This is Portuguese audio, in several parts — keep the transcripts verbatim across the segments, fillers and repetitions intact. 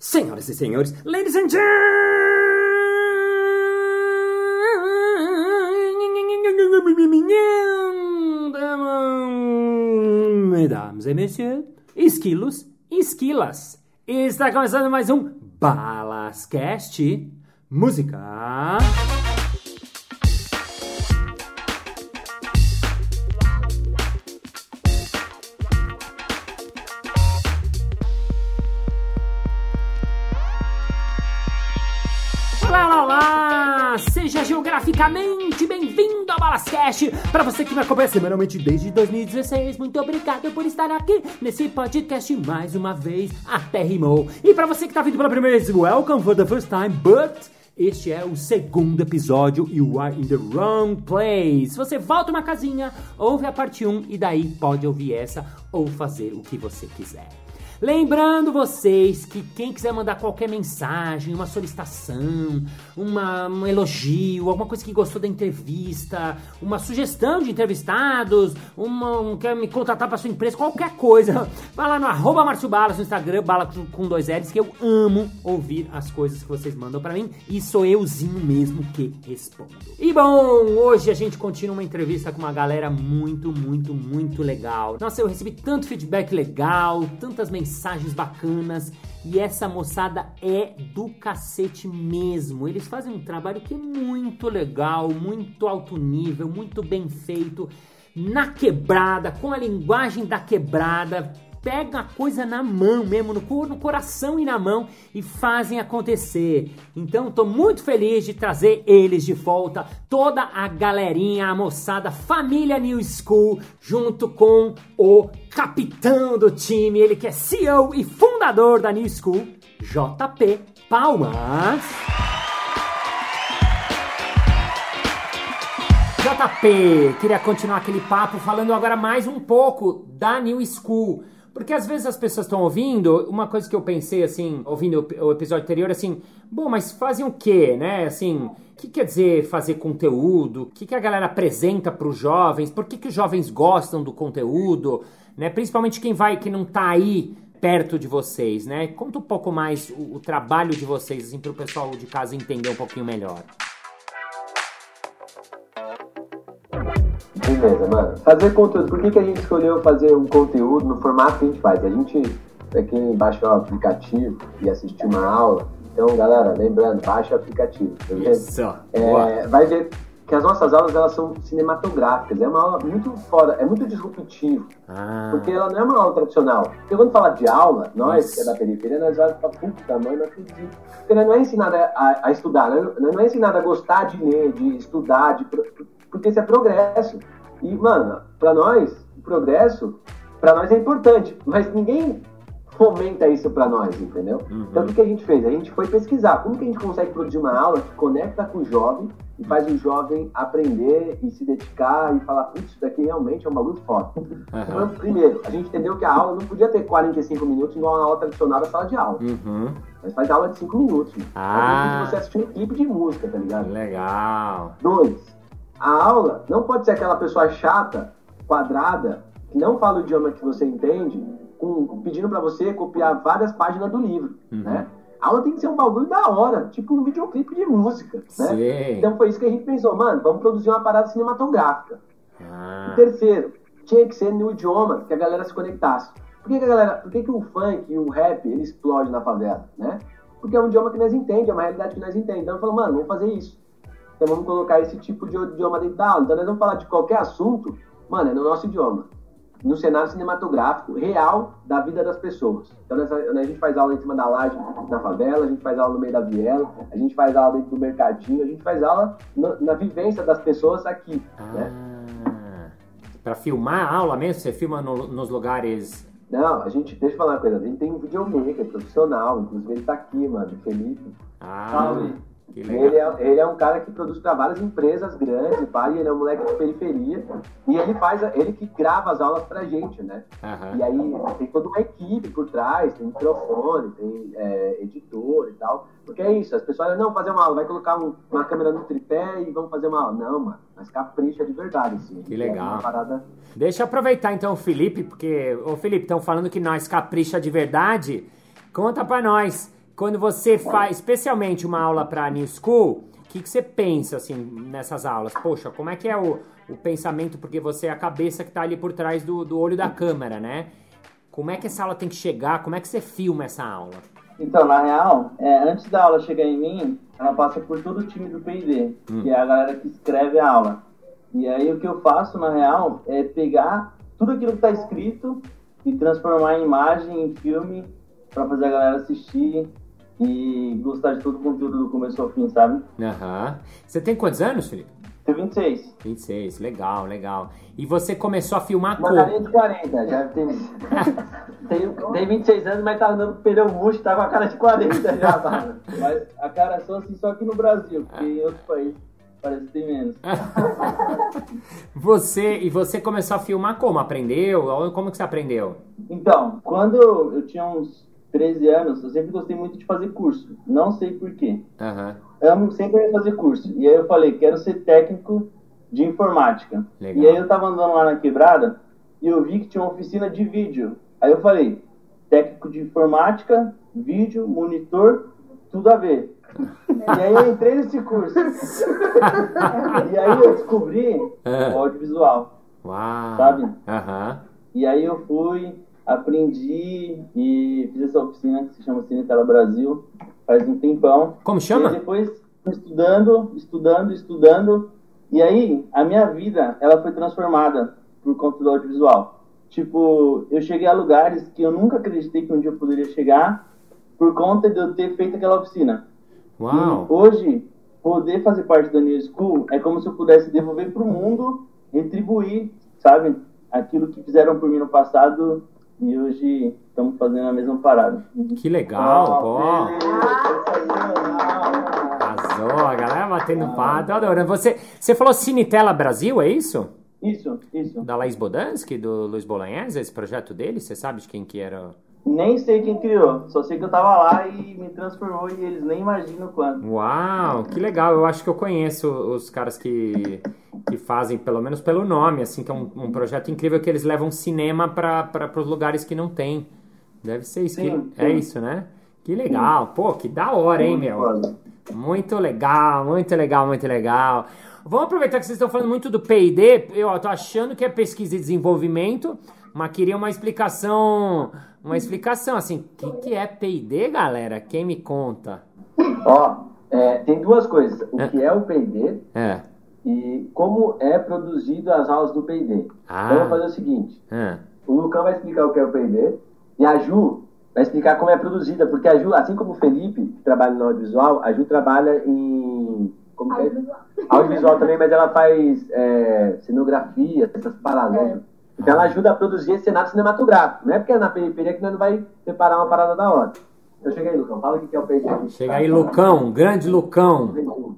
Senhoras e senhores, ladies and gentlemen, mesdames et messieurs, esquilos e esquilas, está começando mais um Balascast Música. Olá, olá, olá! Seja geograficamente bem-vindo ao Balascast. Para você que me acompanha semanalmente desde dois mil e dezesseis, muito obrigado por estar aqui nesse podcast mais uma vez. Até rimou. E para você que tá vindo pela primeira vez, welcome for the first time, but este é o segundo episódio. You are in the wrong place. Você volta uma casinha, ouve a parte um e daí pode ouvir essa ou fazer o que você quiser. Lembrando vocês que quem quiser mandar qualquer mensagem, uma solicitação, uma, um elogio, alguma coisa que gostou da entrevista, uma sugestão de entrevistados, uma, um, quer me contratar para sua empresa, qualquer coisa, vai lá no arroba Márcio Balas no Instagram, bala com dois L's, que eu amo ouvir as coisas que vocês mandam para mim e sou euzinho mesmo que respondo. E bom, hoje a gente continua uma entrevista com uma galera muito, muito, muito legal. Nossa, eu recebi tanto feedback legal, tantas mensagens mensagens bacanas, e essa moçada é do cacete mesmo. Eles fazem um trabalho que é muito legal, muito alto nível, muito bem feito, na quebrada, com a linguagem da quebrada, pegam a coisa na mão mesmo, no, no coração e na mão, e fazem acontecer. Então tô muito feliz de trazer eles de volta, toda a galerinha, a moçada, família New School, junto com o capitão do time, ele que é C E O e fundador da New School, J P Palmas. J P, queria continuar aquele papo falando agora mais um pouco da New School. Porque às vezes as pessoas estão ouvindo, uma coisa que eu pensei, assim, ouvindo o episódio anterior, assim, bom, mas fazem o quê, né? Assim, o que quer dizer fazer conteúdo? O que, que a galera apresenta para os jovens? Por que, que os jovens gostam do conteúdo? Né? Principalmente quem vai, que não tá aí perto de vocês, né? Conta um pouco mais o, o trabalho de vocês, assim, para o pessoal de casa entender um pouquinho melhor. Beleza, mano. Fazer conteúdo. Por que, que a gente escolheu fazer um conteúdo no formato que a gente faz? A gente, pra quem baixa o aplicativo e assistir uma aula, então, galera, lembrando, baixa o aplicativo. Tá vendo? Isso. É, vai ver que as nossas aulas, elas são cinematográficas. É uma aula muito foda, é muito disruptivo. Ah. Porque ela não é uma aula tradicional. Porque quando fala de aula, nós, Isso. que é da periferia, nós vamos pra puta mãe, não acredito. Porque nós não é ensinado a, a estudar, nós não é ensinado a gostar de ler, de estudar, de, porque isso é progresso. E, mano, pra nós, o progresso, pra nós é importante, mas ninguém fomenta isso pra nós, entendeu? Uhum. Então, o que a gente fez? A gente foi pesquisar como que a gente consegue produzir uma aula que conecta com o jovem e faz o jovem aprender e se dedicar e falar, putz, isso daqui realmente é um bagulho foda. Uhum. Então, primeiro, a gente entendeu que a aula não podia ter quarenta e cinco minutos igual uma aula tradicional da sala de aula. Uhum. Mas faz aula de cinco minutos. Ah. Você assistir um clipe de música, tá ligado? Legal. Dois. A aula não pode ser aquela pessoa chata, quadrada, que não fala o idioma que você entende, com, pedindo pra você copiar várias páginas do livro, uhum. né? A aula tem que ser um bagulho da hora, tipo um videoclipe de música, né? Sim. Então foi isso que a gente pensou, mano, vamos produzir uma parada cinematográfica. Ah. E terceiro, tinha que ser no idioma que a galera se conectasse. Por que, que a galera, por que, que o funk e o rap, ele explode na favela, né? Porque é um idioma que nós entendemos, é uma realidade que nós entendemos. Então, falou, mano, vamos fazer isso. Então vamos colocar esse tipo de idioma dentro da aula. Então nós vamos falar de qualquer assunto, mano, é no nosso idioma. No cenário cinematográfico real da vida das pessoas. Então nessa, a gente faz aula em cima da laje na favela, a gente faz aula no meio da viela, a gente faz aula dentro do mercadinho, a gente faz aula no, na vivência das pessoas aqui. Ah, né? Pra filmar a aula mesmo? Você filma no, nos lugares... Não, a gente, deixa eu falar uma coisa, a gente tem um videomaker profissional, inclusive ele tá aqui, mano, o Felipe. Ah, Salve. Ele é, ele é um cara que produz para várias empresas grandes, pai, ele é um moleque de periferia e ele faz, ele que grava as aulas pra gente, né? Uhum. E aí tem toda uma equipe por trás, tem microfone, tem é, editor e tal. Porque é isso, as pessoas não fazer uma aula, vai colocar um, uma câmera no tripé e vamos fazer uma aula. Não, mano, mas capricha de verdade, assim. Que legal. É uma parada... Deixa eu aproveitar então o Felipe, porque, ô Felipe, estão falando que nós capricha de verdade. Conta pra nós. quando você faz, especialmente uma aula para New School, o que, que você pensa, assim, nessas aulas? Poxa, como é que é o, o pensamento? Porque você é a cabeça que tá ali por trás do, do olho da câmera, né? Como é que essa aula tem que chegar? Como é que você filma essa aula? Então, na real, é, antes da aula chegar em mim, ela passa por todo o time do P e D, hum. que é a galera que escreve a aula. E aí o que eu faço, na real, é pegar tudo aquilo que está escrito e transformar em imagem, em filme, para fazer a galera assistir e gostar de todo o conteúdo do começo ao fim, sabe? Aham. Uhum. Você tem quantos anos, Felipe? Tenho vinte e seis. vinte e seis, legal, legal. E você começou a filmar como? Uma carinha de quarenta, já tem... tem, tem vinte e seis anos, mas tá andando com pneu murcho, tá com a cara de quarenta já, tá? Mas a cara só assim, só aqui no Brasil, porque em outros países parece que tem menos. Você, e você começou a filmar como? Aprendeu? Como que você aprendeu? Então, quando eu tinha uns treze anos, eu sempre gostei muito de fazer curso. Não sei porquê. Aham. Uhum. Amo sempre fazer curso. E aí eu falei, quero ser técnico de informática. Legal. E aí eu tava andando lá na quebrada e eu vi que tinha uma oficina de vídeo. Aí eu falei, técnico de informática, vídeo, monitor, tudo a ver. E aí eu entrei nesse curso. E aí eu descobri o audiovisual. Uau. Sabe? Aham. E aí eu fui, aprendi e fiz essa oficina que se chama Cine Tela Brasil faz um tempão. Como chama? E depois fui estudando, estudando, estudando. E aí a minha vida, ela foi transformada por conta do audiovisual. Tipo, eu cheguei a lugares que eu nunca acreditei que um dia eu poderia chegar por conta de eu ter feito aquela oficina. Uau. E hoje, poder fazer parte da New School é como se eu pudesse devolver pro mundo, retribuir, sabe? Aquilo que fizeram por mim no passado e hoje estamos fazendo a mesma parada. Que legal, pô. Ah, Arrasou, a galera batendo pato, adorando. Você, você falou Cinetela Brasil, é isso? Isso, isso. Da Laís Bodansky, do Luiz Bolognese, esse projeto dele? Você sabe de quem que era? Nem sei quem criou, só sei que eu tava lá e me transformou e eles nem imaginam quanto. Uau, que legal, eu acho que eu conheço os caras que, que fazem, pelo menos pelo nome, assim, que é um, um projeto incrível que eles levam cinema para os lugares que não tem. Deve ser isso, Sim, que, é sim. isso, né? Que legal, pô, que da hora, hein, meu? Foda. Muito legal, muito legal, muito legal. Vamos aproveitar que vocês estão falando muito do P e D, eu ó, tô achando que é pesquisa e desenvolvimento, mas queria uma explicação, uma explicação, assim, o que, que é P e D, galera? Quem me conta? Ó, é, tem duas coisas. O É. que é o P e D É. e como é produzido as aulas do P e D. Ah. Então, eu vou fazer o seguinte. É. O Lucão vai explicar o que é o P e D e a Ju vai explicar como é produzida, porque a Ju, assim como o Felipe, que trabalha no audiovisual, a Ju trabalha em... Como que é? Audiovisual. Audiovisual também, mas ela faz é, cenografia, essas paradas. É. Então ela ajuda a produzir esse cenário cinematográfico. Não é porque é na periferia que nós não vai preparar uma parada da hora. Então chega aí, Lucão. Fala o que é o P e D. Chega aí, Lucão, grande Lucão.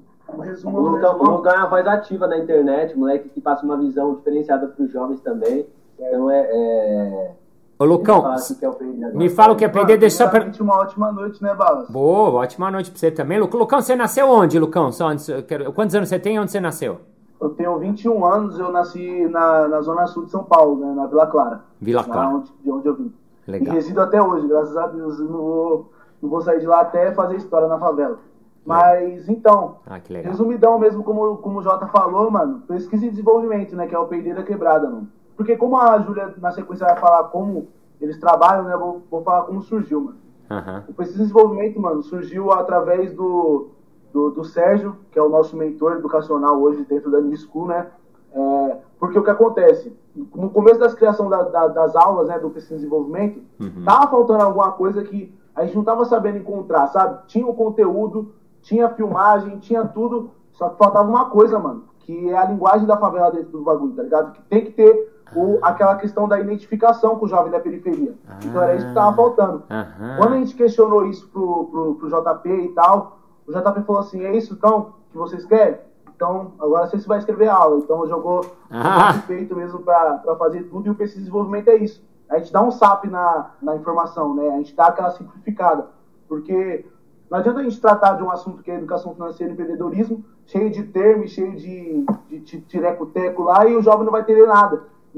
O Lucão, o Lucão é uma voz ativa na internet, moleque que passa uma visão diferenciada para os jovens também. Então é... é... Ô, Lucão, Fala o que é o P e D agora. me fala o que é P e D, deixa só... Per... Uma ótima noite, né, Balas? Boa, ótima noite pra você também. Lu- Lucão, você nasceu onde, Lucão? Só onde... eu quero- Quantos anos você tem e onde você nasceu? Eu tenho vinte e um anos, eu nasci na, na zona sul de São Paulo, né, na Vila Clara. Vila Lá Clara. onde, de onde eu vim. Legal. E resido até hoje, graças a Deus. Eu não vou, não vou sair de lá até fazer história na favela. Mas, então, Ah, que legal. resumidão mesmo, como, como o Jota falou, mano, pesquisa e desenvolvimento, né, que é o P e D da quebrada, mano. Porque como a Júlia, na sequência, vai falar como eles trabalham, né, eu vou, vou falar como surgiu, mano. Aham. O pesquisa e desenvolvimento, mano, surgiu através do, do, do Sérgio, que é o nosso mentor educacional hoje dentro da New School, né? É, porque o que acontece? No começo das criação da, da, das aulas, né, do pesquisa e desenvolvimento, Uhum. tava faltando alguma coisa que a gente não tava sabendo encontrar, sabe? Tinha o conteúdo, tinha a filmagem, tinha tudo, só que faltava uma coisa, mano, que é a linguagem da favela dentro do bagulho, tá ligado? Que tem que ter o, aquela questão da identificação com o jovem da periferia. Então era isso que tava faltando. Aham. Quando a gente questionou isso pro, pro, pro J P e tal, o J P falou assim, é isso então que vocês querem? Então agora você vai escrever a aula. Então jogou Ah. o peito mesmo pra, pra fazer tudo, e o pesquisa e desenvolvimento é isso. A gente dá um S A P na, na informação, né? A gente dá aquela simplificada. Porque não adianta a gente tratar de um assunto que é educação financeira e empreendedorismo, cheio de termos, cheio de, de, de tireco-teco lá, e o jovem não vai entender nada.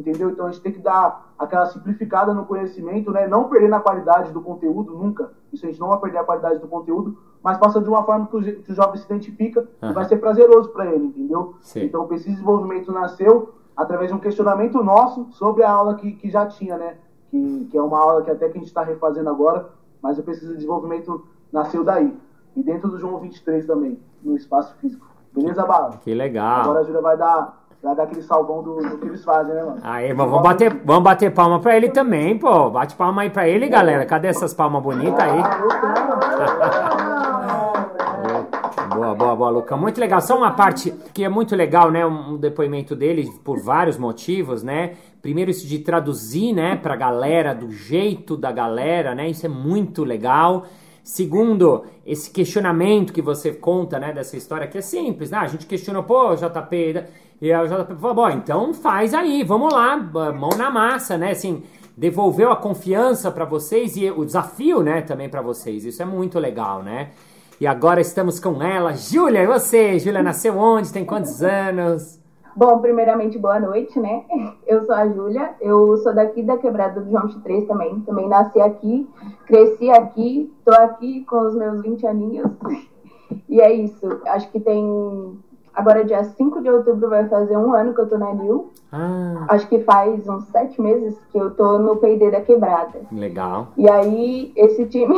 entendeu? Então a gente tem que dar aquela simplificada no conhecimento, né? Não perder na qualidade do conteúdo, nunca. Isso a gente não vai perder a qualidade do conteúdo, mas passando de uma forma que o, que o jovem se identifica uhum. e vai ser prazeroso para ele, entendeu? Sim. Então esse desenvolvimento nasceu através de um questionamento nosso sobre a aula que, que já tinha, né? Que, que é uma aula que até que a gente está refazendo agora, mas o Pesquisa de Desenvolvimento nasceu daí. E dentro do João vinte e três também, no espaço físico. Beleza, Bala? Que legal. Agora a Júlia vai dar, vai dar aquele salvão do, do que eles fazem, né, mano? Aí, vamos bater, vamos bater palma pra ele também, pô. Bate palma aí pra ele, galera. Cadê essas palmas bonitas aí? Boa, boa, boa, Lucão. Muito legal. Só uma parte que é muito legal, né? Um depoimento dele por vários motivos, né? Primeiro, isso de traduzir, né, pra galera, do jeito da galera, né? Isso é muito legal. Segundo, esse questionamento que você conta, né, dessa história que é simples, né? A gente questionou, pô, J P, e a J P falou, bom, então faz aí, vamos lá, mão na massa, né? Assim, devolveu a confiança pra vocês e o desafio, né, também pra vocês. Isso é muito legal, né? E agora estamos com ela, Júlia, e você? Júlia nasceu onde? Tem quantos anos? Bom, primeiramente, boa noite, né? Eu sou a Júlia, eu sou daqui da Quebrada do João vinte e três também. Também nasci aqui, cresci aqui, tô aqui com os meus vinte aninhos. E é isso, acho que tem... Agora, dia cinco de outubro, vai fazer um ano que eu tô na N I U. Ah. Acho que faz uns sete meses que eu tô no P e D da Quebrada. Legal. E aí, esse time...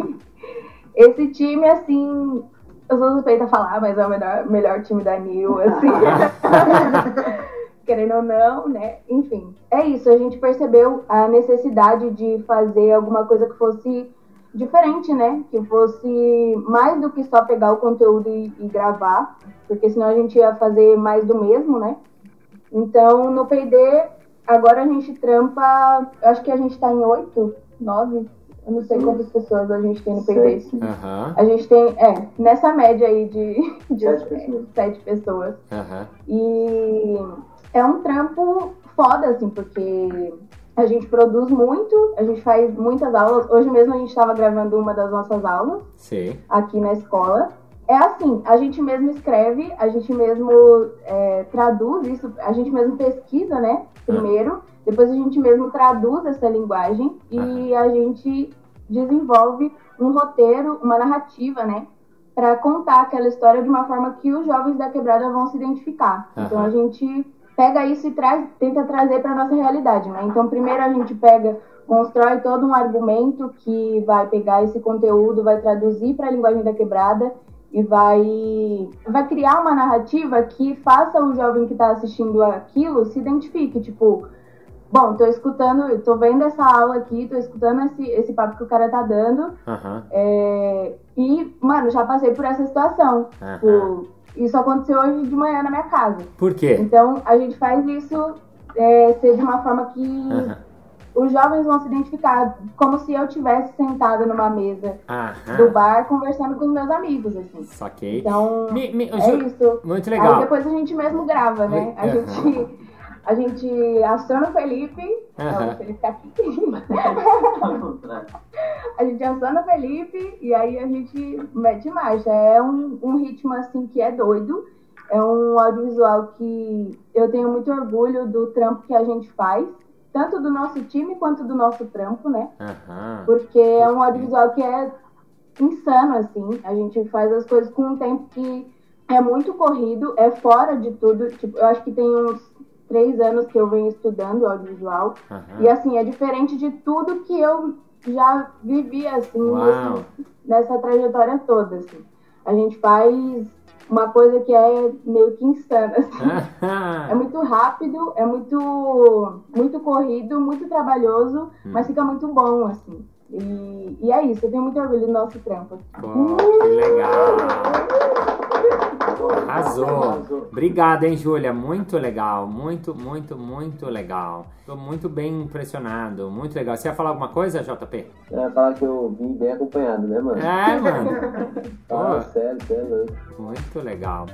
esse time, assim... Eu sou suspeita a falar, mas é o melhor, melhor time da N I U, assim. Querendo ou não, né? Enfim, é isso. A gente percebeu a necessidade de fazer alguma coisa que fosse diferente, né? Que fosse mais do que só pegar o conteúdo e, e gravar, porque senão a gente ia fazer mais do mesmo, né? Então, no P e D, agora a gente trampa... Eu acho que a gente tá em oito, nove... Eu não sei quantas pessoas a gente tem no P e D. Uhum. A gente tem, é, nessa média aí de, de sete pessoas. Sete pessoas. Uhum. E é um trampo foda, assim, porque a gente produz muito, a gente faz muitas aulas. Hoje mesmo a gente estava gravando uma das nossas aulas. Sim. Aqui na escola. É assim, a gente mesmo escreve, a gente mesmo é, traduz isso, a gente mesmo pesquisa, né, primeiro. Uhum. Depois a gente mesmo traduz essa linguagem e uhum. a gente desenvolve um roteiro, uma narrativa, né? Para contar aquela história de uma forma que os jovens da Quebrada vão se identificar. Uhum. Então a gente pega isso e traz, tenta trazer para nossa realidade, né? Então primeiro a gente pega, constrói todo um argumento que vai pegar esse conteúdo, vai traduzir para a linguagem da Quebrada e vai, vai criar uma narrativa que faça o jovem que está assistindo aquilo se identifique, tipo... Bom, tô escutando, tô vendo essa aula aqui, tô escutando esse, esse papo que o cara tá dando. Uhum. É, e, mano, já passei por essa situação. Uhum. Tipo, isso aconteceu hoje de manhã na minha casa. Por quê? Então, a gente faz isso é, ser de uma forma que uhum. os jovens vão se identificar. Como se eu estivesse sentada numa mesa uhum. do bar, conversando com os meus amigos, assim. Saquei. Então, me, me, é ju... isso. Muito legal. Aí depois a gente mesmo grava, né? A uhum. gente... A gente aciona o Felipe, uhum. não, o Felipe tá aqui. A gente aciona o Felipe e aí a gente mete marcha. É um, um ritmo assim que é doido. É um audiovisual que eu tenho muito orgulho do trampo que a gente faz. Tanto do nosso time quanto do nosso trampo, né? Uhum. Porque é um audiovisual que é insano, assim. A gente faz as coisas com um tempo que é muito corrido, é fora de tudo. Tipo, eu acho que tem uns três anos que eu venho estudando audiovisual. Uhum. E, assim, é diferente de tudo que eu já vivi, assim, nesse, nessa trajetória toda, assim. A gente faz uma coisa que é meio que insana, assim. É muito rápido, é muito, muito corrido, muito trabalhoso, hum. mas fica muito bom, assim. E, e é isso, eu tenho muito orgulho do nosso trampo. Pô, que legal! Arrasou! Obrigado, hein, Júlia? Muito legal, muito, muito, muito legal. Tô muito bem impressionado, muito legal. Você ia falar alguma coisa, J P? Eu ia falar que eu vim bem acompanhado, né, mano? É, mano. Fala sério, sério. Muito legal.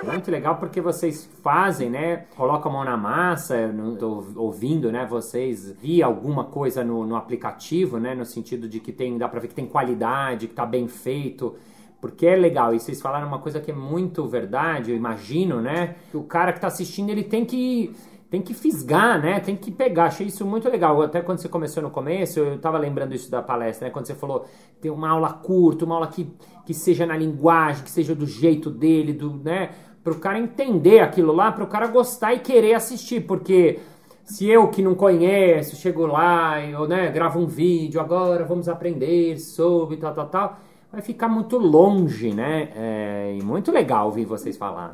Muito legal porque vocês fazem, né? Colocam a mão na massa, eu não tô ouvindo, né? Vocês vi alguma coisa no, no aplicativo, né? No sentido de que tem, dá pra ver que tem qualidade, que tá bem feito. Porque é legal, e vocês falaram uma coisa que é muito verdade, eu imagino, né? Que o cara que tá assistindo, ele tem que... Tem que fisgar, né? Tem que pegar. Achei isso muito legal. Até quando você começou no começo, eu tava lembrando isso da palestra, né? Quando você falou, tem uma aula curta, uma aula que, que seja na linguagem, que seja do jeito dele, do, né? Pro cara entender aquilo lá, pro cara gostar e querer assistir. Porque se eu que não conheço, chego lá e eu, né, gravo um vídeo, agora vamos aprender sobre tal, tal, tal, vai ficar muito longe, né? É, e muito legal ouvir vocês falar.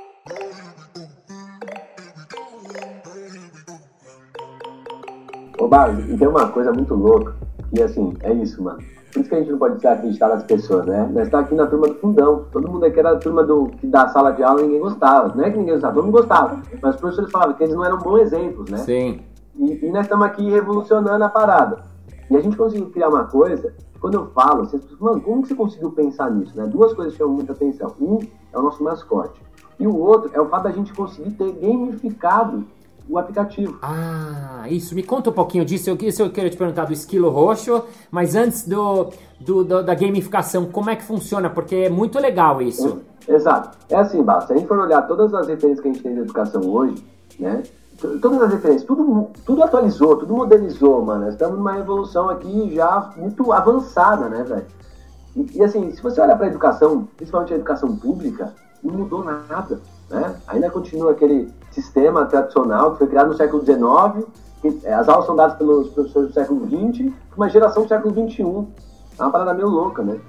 Ô, Bardo, e tem uma coisa muito louca, que assim, é isso, mano. Por isso que a gente não pode acreditar nas pessoas, né? Nós estamos aqui na turma do fundão. Todo mundo aqui era a turma do, que da sala de aula e ninguém gostava. Não é que ninguém gostava, todo mundo gostava. Mas os professores falavam que eles não eram bons exemplos, né? Sim. E, e nós estamos aqui revolucionando a parada. E a gente conseguiu criar uma coisa, quando eu falo, vocês falam, mano, como que você conseguiu pensar nisso, né? Duas coisas chamam muita atenção. Um é o nosso mascote. E o outro é o fato da gente conseguir ter gamificado o aplicativo. Ah, isso. Me conta um pouquinho disso. Eu, isso eu queria te perguntar do Esquilo Roxo, mas antes do, do, do, da gamificação, como é que funciona? Porque é muito legal isso. É, exato. É assim, Bala, se a gente for olhar todas as referências que a gente tem de educação hoje, né? Todas as referências, tudo, tudo atualizou, tudo modernizou, mano. Nós estamos numa evolução aqui já muito avançada, né, velho? E, e assim, se você olhar para a educação, principalmente a educação pública, não mudou nada, né? Ainda continua aquele sistema tradicional que foi criado no século dezenove, que as aulas são dadas pelos professores do século vinte, uma geração do século vinte e um. É uma parada meio louca, né?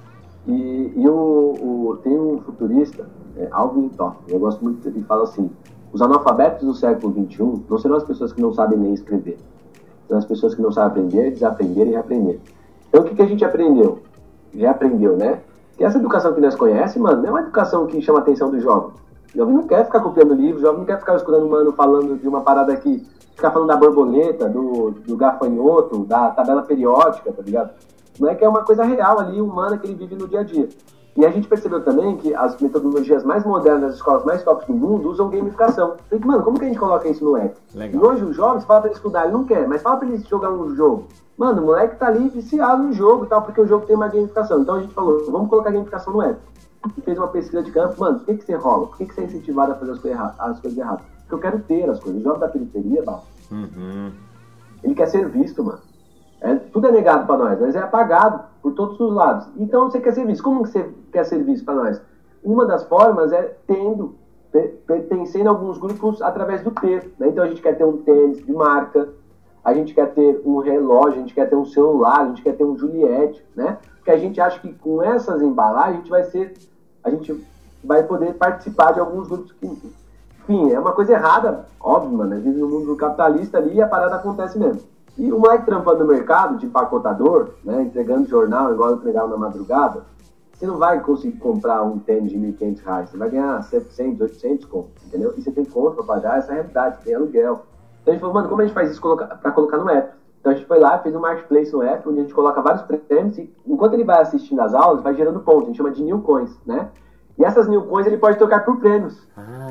E, e o, o, tem um futurista, é, Alvin Toffler, eu gosto muito, ele fala assim, os analfabetos do século vinte e um não serão as pessoas que não sabem nem escrever, são as pessoas que não sabem aprender, desaprender e reaprender. Então o que, que a gente aprendeu? Já aprendeu, né? Que essa educação que nós conhecemos, mano, não é uma educação que chama a atenção do jovem. O jovem não quer ficar copiando livro, o jovem não quer ficar escutando um mano falando de uma parada aqui, ficar falando da borboleta, do, do gafanhoto, da tabela periódica, tá ligado? Não é que é uma coisa real ali, humana, que ele vive no dia a dia. E a gente percebeu também que as metodologias mais modernas das escolas mais top do mundo usam gamificação. Falei, mano, como que a gente coloca isso no app? Legal. E hoje o jovem, você fala pra ele estudar, ele não quer, mas fala pra ele jogar um jogo. Mano, o moleque tá ali viciado no jogo e tal, porque o jogo tem uma gamificação. Então a gente falou, vamos colocar gamificação no app. E fez uma pesquisa de campo, mano, por que, que você rola? Por que, que você é incentivado a fazer as coisas, erra- as coisas erradas? Porque eu quero ter as coisas. O jovem da periferia, Bal, Uhum. ele quer ser visto, mano. É, tudo é negado pra nós, mas é apagado por todos os lados. Então você quer ser visto. Como que você quer ser visto pra nós? Uma das formas é tendo, pertencendo a alguns grupos através do ter, né? Então a gente quer ter um tênis de marca, a gente quer ter um relógio, a gente quer ter um celular, a gente quer ter um Juliette, né? Porque a gente acha que com essas embalagens a gente vai ser, a gente vai poder participar de alguns grupos que, enfim, é uma coisa errada, óbvio, mano. A gente vive no mundo capitalista ali e a parada acontece mesmo. E o moleque trampando no mercado, de empacotador, né, entregando jornal igual eu entregava na madrugada, você não vai conseguir comprar um tênis de mil e quinhentos reais, você vai ganhar setecentos, oitocentos conto, entendeu? E você tem conta pra pagar, essa é a realidade, você tem aluguel. Então a gente falou, mano, como a gente faz isso pra colocar no app? Então a gente foi lá, fez um marketplace no app, onde a gente coloca vários prêmios e enquanto ele vai assistindo as aulas, vai gerando pontos, a gente chama de new coins, né? E essas new coins ele pode trocar por prêmios.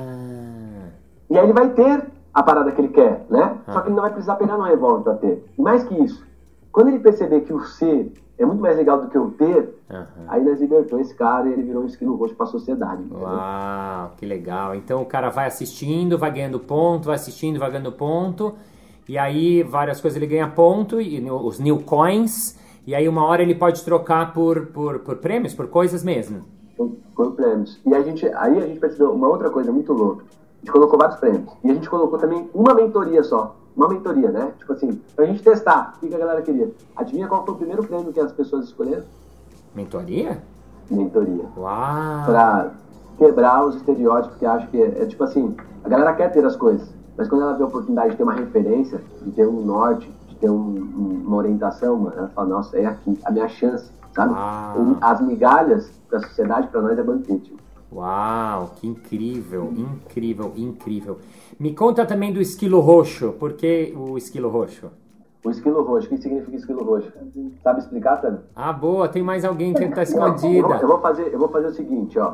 Ah. E aí ele vai ter a parada que ele quer, né? Ah. Só que ele não vai precisar pegar no revólver pra ter. E mais que isso, quando ele perceber que o ser é muito mais legal do que o ter, uhum. aí nós libertou esse cara e ele virou um esquilo roxo pra sociedade. Entendeu? Uau, que legal. Então o cara vai assistindo, vai ganhando ponto, vai assistindo, vai ganhando ponto, e aí várias coisas ele ganha ponto, e os new coins, e aí uma hora ele pode trocar por, por, por prêmios, por coisas mesmo. Por, por prêmios. E a gente, aí a gente percebeu uma outra coisa muito louca. A gente colocou vários prêmios. E a gente colocou também uma mentoria só. Uma mentoria, né? Tipo assim, pra gente testar o que a galera queria. Adivinha qual foi o primeiro prêmio que as pessoas escolheram? Mentoria? Mentoria. Uau! Pra quebrar os estereótipos, que acho que é, é tipo assim, a galera quer ter as coisas, mas quando ela vê a oportunidade de ter uma referência, de ter um norte, de ter um, um, uma orientação, mano, ela fala, nossa, é aqui, a minha chance, sabe? Uau. As migalhas da sociedade pra nós é banquete. Uau, que incrível, incrível, incrível. Me conta também do esquilo roxo. Por que o esquilo roxo? O esquilo roxo, o que significa esquilo roxo? Sabe explicar, Tânia? Ah, boa, tem mais alguém que está escondida. Eu vou, eu vou fazer, eu vou fazer o seguinte, ó.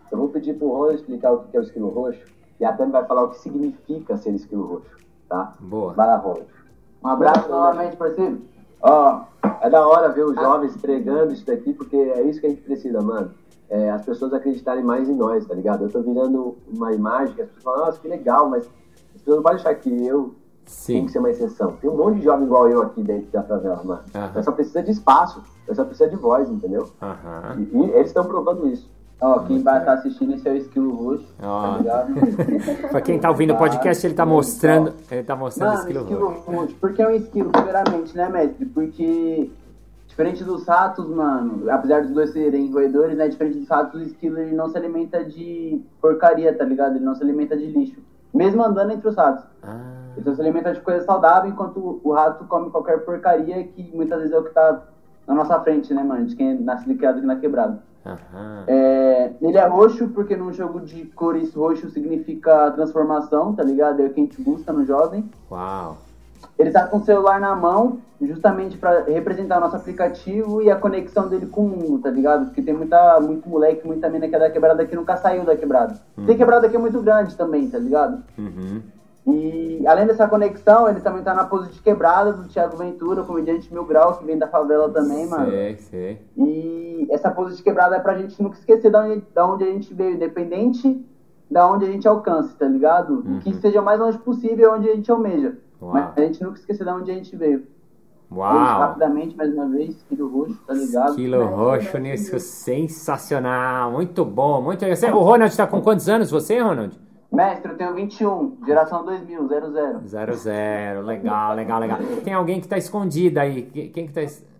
eu vou pedir pro Ron explicar o que é o esquilo roxo, e a Tami vai falar o que significa ser esquilo roxo, tá? Boa. Vai lá, Ron. Um abraço novamente, parceiro. Ó, é da hora ver os jovens pregando isso daqui, porque é isso que a gente precisa, mano. É, as pessoas acreditarem mais em nós, tá ligado? Eu tô virando uma imagem que as pessoas falam, nossa, que legal, mas as pessoas não podem achar que eu Sim. tenho que ser uma exceção. Tem um monte de jovem igual eu aqui dentro da favela, mano. Aham. Mas só precisa de espaço, mas só precisa de voz, entendeu? Aham. E, e eles estão provando isso. Ó, quem vai estar assistindo esse é o esquilo roxo, Ó. tá ligado? Pra quem tá ouvindo o podcast, ele tá mostrando. Ele tá mostrando o Mano, esquilo esquilo roxo. roxo. Por que é um esquilo, primeiramente, né, mestre? Porque, diferente dos ratos, mano, apesar dos dois serem roedores, né, diferente dos ratos, o esquilo ele não se alimenta de porcaria, tá ligado? Ele não se alimenta de lixo. Mesmo andando entre os ratos. Ah, Ele só se alimenta de coisa saudável, enquanto o rato come qualquer porcaria, que muitas vezes é o que tá na nossa frente, né, mano? De quem é nascido e criado aqui na quebrada. aham. É, ele é roxo porque num jogo de cores roxo significa transformação, tá ligado? É o que a gente busca no jovem. Uau. Ele tá com o celular na mão, justamente para representar o nosso aplicativo e a conexão dele com o mundo, tá ligado? Porque tem muita, muito moleque, muita mina que é da quebrada que nunca saiu da quebrada. Uhum. Tem quebrada que é muito grande também, tá ligado? Uhum. E além dessa conexão, ele também tá na pose de quebrada do Thiago Ventura, comediante Mil Grau, que vem da favela também, mano. Sei, sei. E essa pose de quebrada é pra gente nunca esquecer da onde, da onde a gente veio, independente da onde a gente alcance, tá ligado? Uhum. Que seja o mais longe possível onde a gente almeja. Uau. Mas a gente nunca esquecer da onde a gente veio. É isso, Uau. rapidamente, mais uma vez, esquilo roxo, tá ligado? Esquilo roxo nisso, sensacional. Muito bom, muito legal. Você- O Ronald tá com quantos anos você, Ronald? Mestre, eu tenho vinte e um, geração dois mil, zero zero. Zero, zero. Legal, legal, legal. Tem alguém que tá escondida aí. Que- Quem que tá... es-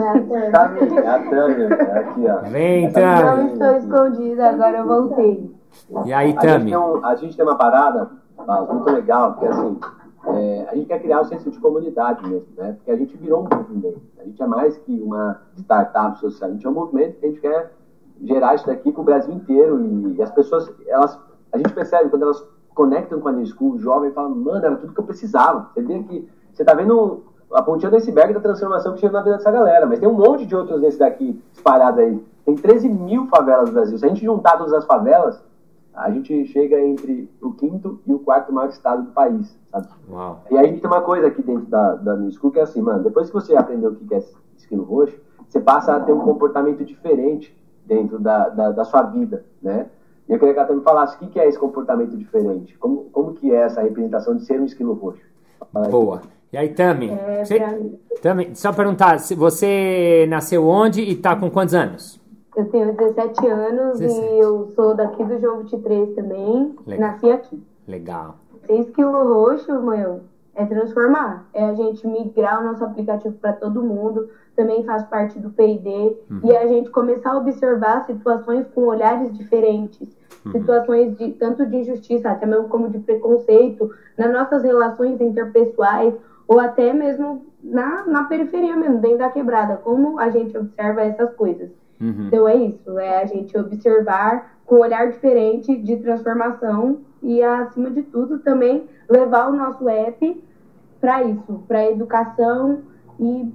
Tá vendo? É a Tami, é aqui, ó. Vem, Essa Tami. Não menina estou aqui. escondida, agora eu voltei. E aí, A gente, Tami? tem um- a gente tem uma parada, Paulo, muito legal, porque assim, é, a gente quer criar um senso de comunidade mesmo, né? Porque a gente virou um movimento. A gente é mais que uma startup social, a gente é um movimento que a gente quer gerar isso daqui pro Brasil inteiro. E as pessoas, elas, a gente percebe quando elas conectam com a New School, o jovem fala, mano, era tudo que eu precisava. Você vê que, você tá vendo a pontinha do iceberg da transformação que chega na vida dessa galera, mas tem um monte de outros desses daqui espalhados aí. Tem treze mil favelas no Brasil. Se a gente juntar todas as favelas, a gente chega entre o quinto e o quarto maior estado do país, sabe? Uau. E aí a gente tem uma coisa aqui dentro da, da New School que é assim, mano, depois que você aprendeu o que é esquilo roxo, você passa a ter um comportamento diferente dentro da, da, da sua vida, né? E eu queria que a Tami falasse o que é esse comportamento diferente, como, como que é essa representação de ser um esquilo roxo. Fala aí. Boa. E aí, Tami? É, Você- pra- Tami, só perguntar, se você nasceu onde e tá com quantos anos? Eu tenho dezessete anos dezessete. e eu sou daqui do João vinte e três também. Legal. Nasci aqui. Legal. Ser esquilo roxo, meu, é transformar. É a gente migrar o nosso aplicativo para todo mundo. Também faz parte do P I D. E a gente começar a observar situações com olhares diferentes. Situações de tanto de injustiça, até mesmo como de preconceito, nas nossas relações interpessoais, ou até mesmo na, na periferia mesmo, dentro da quebrada. Como a gente observa essas coisas. Uhum. Então é isso, é a gente observar com um olhar diferente de transformação e, acima de tudo, também levar o nosso app para isso, para educação e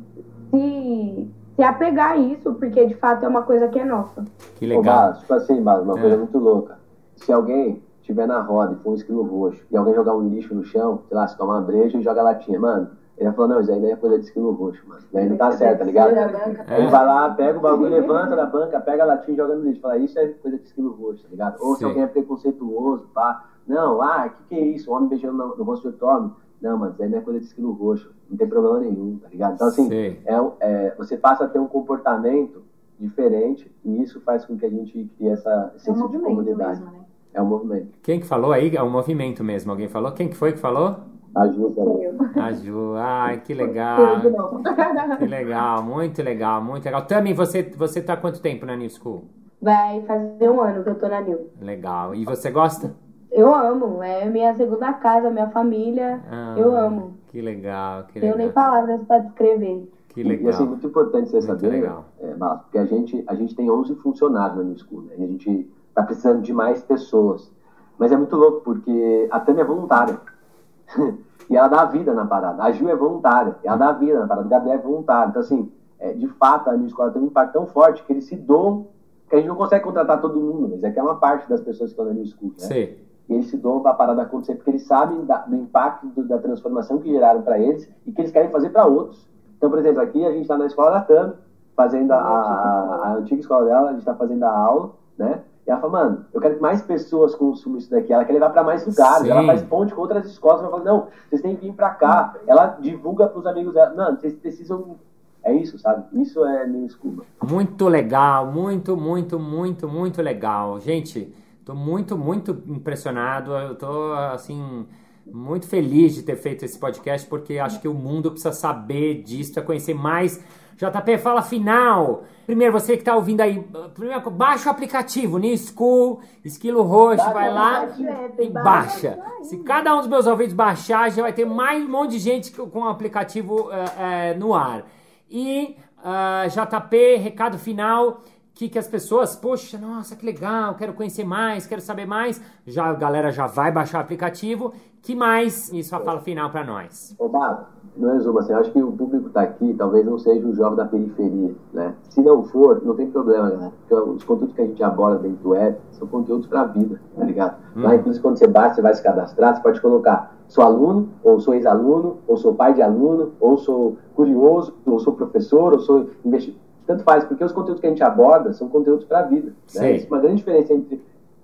se, se apegar a isso, porque de fato é uma coisa que é nossa. Que Ô, legal. Bas, tipo assim, Bas, uma É. coisa muito louca. Se alguém estiver na roda e for um esquilo roxo, e alguém jogar um lixo no chão, sei lá, se tomar uma breja e joga latinha, mano, ele vai falar, não, isso aí não é coisa de esquilo roxo, mano. Isso aí não tá certo, tá ligado? É. Ele vai lá, pega o bagulho, levanta da banca, pega a latinha e joga no lixo. Fala, isso é coisa de esquilo roxo, tá ligado? Ou se Sim. alguém é preconceituoso, pá. Não, ah, o que, que é isso? Um homem beijando no, no rosto de outro homem. Não, mas isso aí não é coisa de esquilo roxo. Não tem problema nenhum, tá ligado? Então, assim, Sei. é, um- é, você passa a ter um comportamento diferente e isso faz com que a gente crie essa É um senso de movimento comunidade. mesmo, né? É um movimento. Quem que falou aí? É um movimento mesmo. Alguém falou? Quem que foi que falou? Ajuda. A Ju. Ai, que legal. Que legal. Muito legal, muito legal. Tami, você, você tá há quanto tempo na New School? Vai fazer um ano que eu tô na Nil. Legal. E você gosta? Eu amo, é minha segunda casa, minha família. Ah, eu amo. Que legal, que Tenho nem legal. palavras para descrever. Que E assim, legal. muito importante você Muito saber, legal. é, Bala, porque a gente, a gente tem onze funcionários na New School, né? E a gente tá precisando de mais pessoas. Mas é muito louco, porque a Tami é voluntária. E ela dá vida na parada. A Ju é voluntária. E ela dá vida na parada. O Gabriel é voluntário. Então, assim, é, de fato, a New School tem um impacto tão forte que eles se doam Porque a gente não consegue contratar todo mundo, mas é que é uma parte das pessoas que estão na New School, né? Sim. E eles se doam para a parada acontecer porque eles sabem da, do impacto do, da transformação que geraram para eles e que eles querem fazer para outros. Então, por exemplo, aqui a gente está na escola da Tami, fazendo a, a, a antiga escola dela, a gente está fazendo a aula, né? E ela fala, mano, eu quero que mais pessoas consumam isso daqui. Ela quer levar para mais lugares. Sim. Ela faz ponte com outras escolas. Ela fala, não, vocês têm que vir para cá. Ela divulga para os amigos dela. Mano, vocês precisam... É isso, sabe? Isso é New School. Muito legal, muito, muito, muito, muito legal. Gente, tô muito, muito impressionado. Eu tô, assim, muito feliz de ter feito esse podcast, porque acho que o mundo precisa saber disso, precisa conhecer mais. J P, fala final. Primeiro, você que tá ouvindo aí, primeiro, baixa o aplicativo New School, Esquilo Roxo, vai lá e baixa. Se cada um dos meus ouvintes baixar, já vai ter mais um monte de gente com o aplicativo é, é, no ar. E uh, J P, recado final, que, que as pessoas, poxa, nossa, que legal, quero conhecer mais, quero saber mais. Já, a galera já vai baixar o aplicativo. Que mais? Isso é a fala final para nós. Ô, Bato, no resumo, assim, eu acho que o público tá aqui, talvez não seja o jovem da periferia, né? Se não for, não tem problema, galera. Porque os conteúdos que a gente aborda dentro do app são conteúdos pra vida, tá ligado? Hum. Lá, inclusive, quando você baixa, você vai se cadastrar, você pode colocar sou aluno, ou sou ex-aluno, ou sou pai de aluno, ou sou curioso, ou sou professor, ou sou investidor. Tanto faz, porque os conteúdos que a gente aborda são conteúdos pra vida. Né? Existe uma grande diferença entre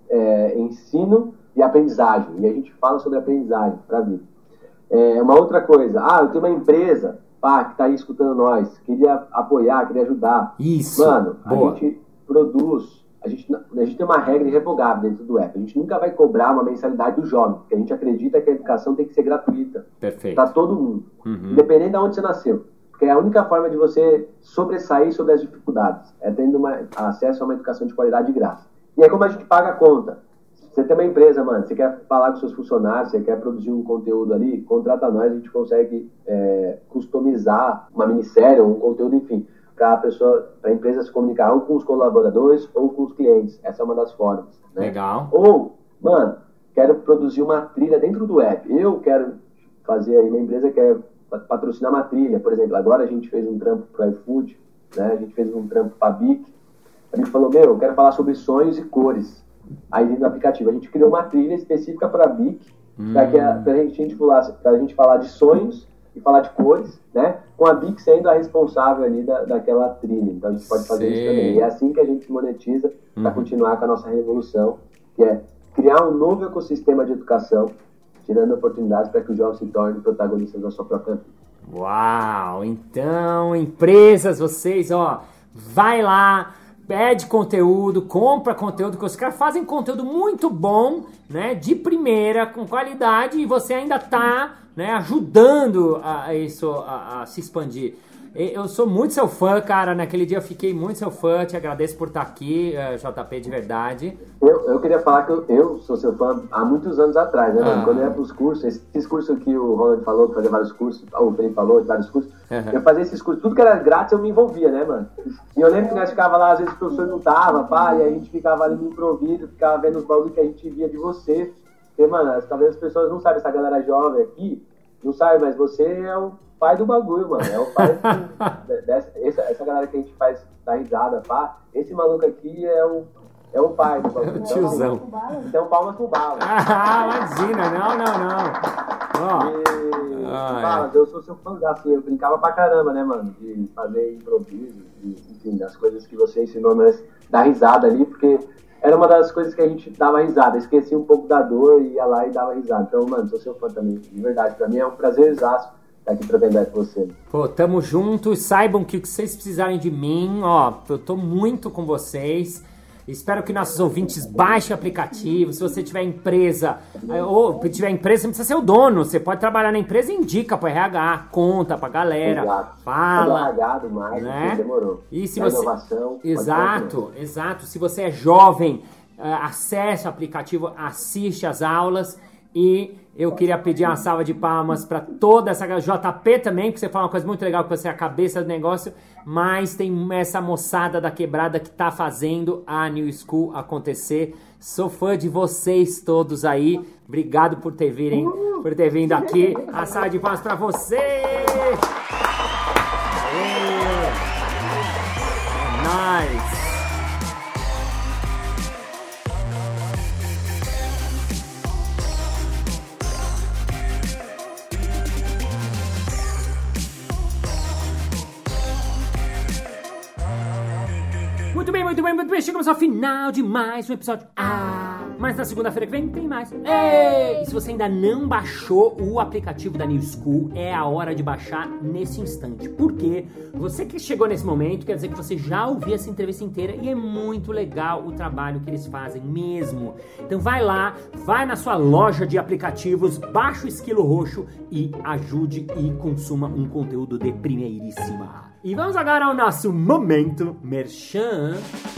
é, ensino e aprendizagem. E a gente fala sobre aprendizagem pra vida. É, uma outra coisa, ah, eu tenho uma empresa pá, que tá aí escutando nós, queria apoiar, queria ajudar. Isso, Mano, boa. A gente produz, a gente, a gente tem uma regra irrevogável dentro do app. A gente nunca vai cobrar uma mensalidade do jovem, porque a gente acredita que a educação tem que ser gratuita. Perfeito. Pra todo mundo, uhum. independente de onde você nasceu. Porque é a única forma de você sobressair sobre as dificuldades, é tendo uma, acesso a uma educação de qualidade de graça. E aí como a gente paga a conta? Você tem uma empresa, mano, você quer falar com seus funcionários, você quer produzir um conteúdo ali, contrata nós, a gente consegue é, customizar uma minissérie ou um conteúdo, enfim, para a pessoa, para a empresa se comunicar ou com os colaboradores ou com os clientes. Essa é uma das formas. Né? Legal. Ou, mano, quero produzir uma trilha dentro do app. Eu quero fazer aí, uma empresa quer patrocinar uma trilha, por exemplo, agora a gente fez um trampo para o iFood, né? A gente fez um trampo para a Bic. A gente falou, meu, eu quero falar sobre sonhos e cores. Aí dentro do aplicativo a gente criou uma trilha específica para a Bic, hum. para a gente, pra gente falar de sonhos e falar de cores, né? Com a Bic sendo a responsável ali da, daquela trilha. Então a gente pode fazer Sei. isso também. E é assim que a gente se monetiza para hum. continuar com a nossa revolução, que é criar um novo ecossistema de educação, tirando oportunidades para que o jovem se torne protagonista da sua própria vida. Uau! Então, empresas, vocês, ó, vai lá, pede conteúdo, compra conteúdo, que os caras fazem conteúdo muito bom, né, de primeira, com qualidade, e você ainda tá, né, ajudando a isso a, a se expandir. Eu sou muito seu fã, cara, naquele dia eu fiquei muito seu fã, te agradeço por estar aqui, J P, de verdade. Eu, eu queria falar que eu, eu sou seu fã há muitos anos atrás, né, mano? Ah. Quando eu ia pros cursos, esses cursos que o Ronald falou, que fazia vários cursos, o Felipe falou, de vários cursos, uhum. eu fazia esses cursos, tudo que era grátis eu me envolvia, né, mano? E eu lembro que nós ficava lá, às vezes o professor não tava, pá, e a gente ficava ali no improviso, ficava vendo os bagulhos que a gente via de você. Porque, mano, talvez as pessoas não sabem, essa galera jovem aqui, não sabe, mas você é o pai do bagulho, mano. É o pai que, dessa, essa, essa galera que a gente faz da risada, pá. Esse maluco aqui é o, é o pai do bagulho. Então, tiozão. Então, palmas pro Bala. Ah, imagina, não, não, não. Oh. E, ah, Balas, é. eu sou seu fã, assim, eu brincava pra caramba, né, mano? De fazer improviso, de, enfim, das coisas que você ensinou, mas dar risada ali, porque era uma das coisas que a gente dava risada. Esquecia um pouco da dor e ia lá e dava risada. Então, mano, sou seu fã também, de verdade. Pra mim é um prazerzaço estar aqui trocando ideia com você. Pô, tamo junto. Saibam que o que vocês precisarem de mim, ó, eu tô muito com vocês. Espero que nossos ouvintes baixem o aplicativo. Se você tiver empresa, ou tiver empresa, não precisa ser o dono. Você pode trabalhar na empresa e indica pro R H, conta pra galera, exato. Fala. R H do mais, né? Demorou. E se da você... inovação. Exato, exato. Se você é jovem, acesse o aplicativo, assiste as aulas. E eu queria pedir uma salva de palmas para toda essa J P também, porque você fala uma coisa muito legal, que você é a cabeça do negócio, mas tem essa moçada da quebrada que tá fazendo a New School acontecer. Sou fã de vocês todos aí. Obrigado por ter virem, por ter vindo aqui. A salva de palmas para vocês. É nóis. Muito bem, muito bem, muito bem. Chegamos ao final de mais um episódio. Ah, mas na segunda-feira que vem tem mais. Ei! E se você ainda não baixou o aplicativo da New School, é a hora de baixar nesse instante. Por quê? Você que chegou nesse momento, quer dizer que você já ouviu essa entrevista inteira e é muito legal o trabalho que eles fazem mesmo. Então vai lá, vai na sua loja de aplicativos, baixa o Esquilo Roxo e ajude e consuma um conteúdo de primeiríssima. E vamos agora ao nosso momento merchan.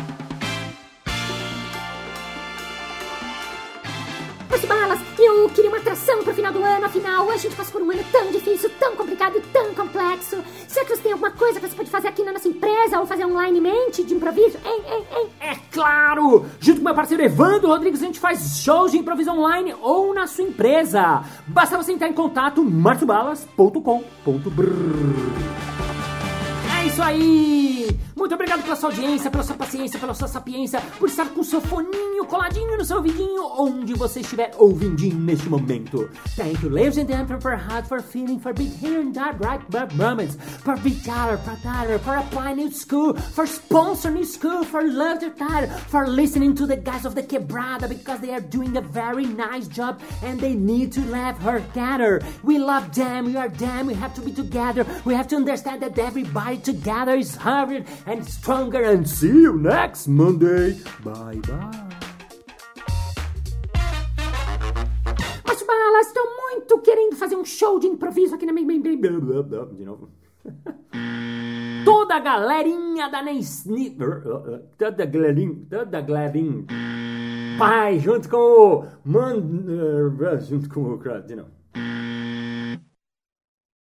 Poxa, Balas, eu queria uma atração pro final do ano, afinal a gente passou por um ano tão difícil, tão complicado, tão complexo. Será que você tem alguma coisa que você pode fazer aqui na nossa empresa ou fazer online-mente de improviso? Hein, hein, hein? É claro! Junto com meu parceiro Evandro Rodrigues, a gente faz shows de improviso online ou na sua empresa. Basta você entrar em contato marcio balas ponto com ponto br. É isso aí! Muito obrigado pela sua audiência, pela sua paciência, pela sua sapiência, por estar com o seu foninho coladinho no seu ouvidinho, onde você estiver ouvindinho neste momento. Thank you, ladies and gentlemen, for heart, for feeling, for being here in that right moments, for being tired, for tired, for applying new school, for sponsoring new school, for love to tired, for listening to the guys of the Quebrada, because they are doing a very nice job and they need to laugh her together. We love them, we are them, we have to be together, we have to understand that everybody together is hard and stronger, and see you next Monday. Bye bye. Mas, Balas, estou muito querendo fazer um show de improviso aqui na minha... De novo. Toda a galerinha da Nesni... Toda a galerinha... Toda a galerinha... Pai, junto com o... Man... Junto com o... De novo.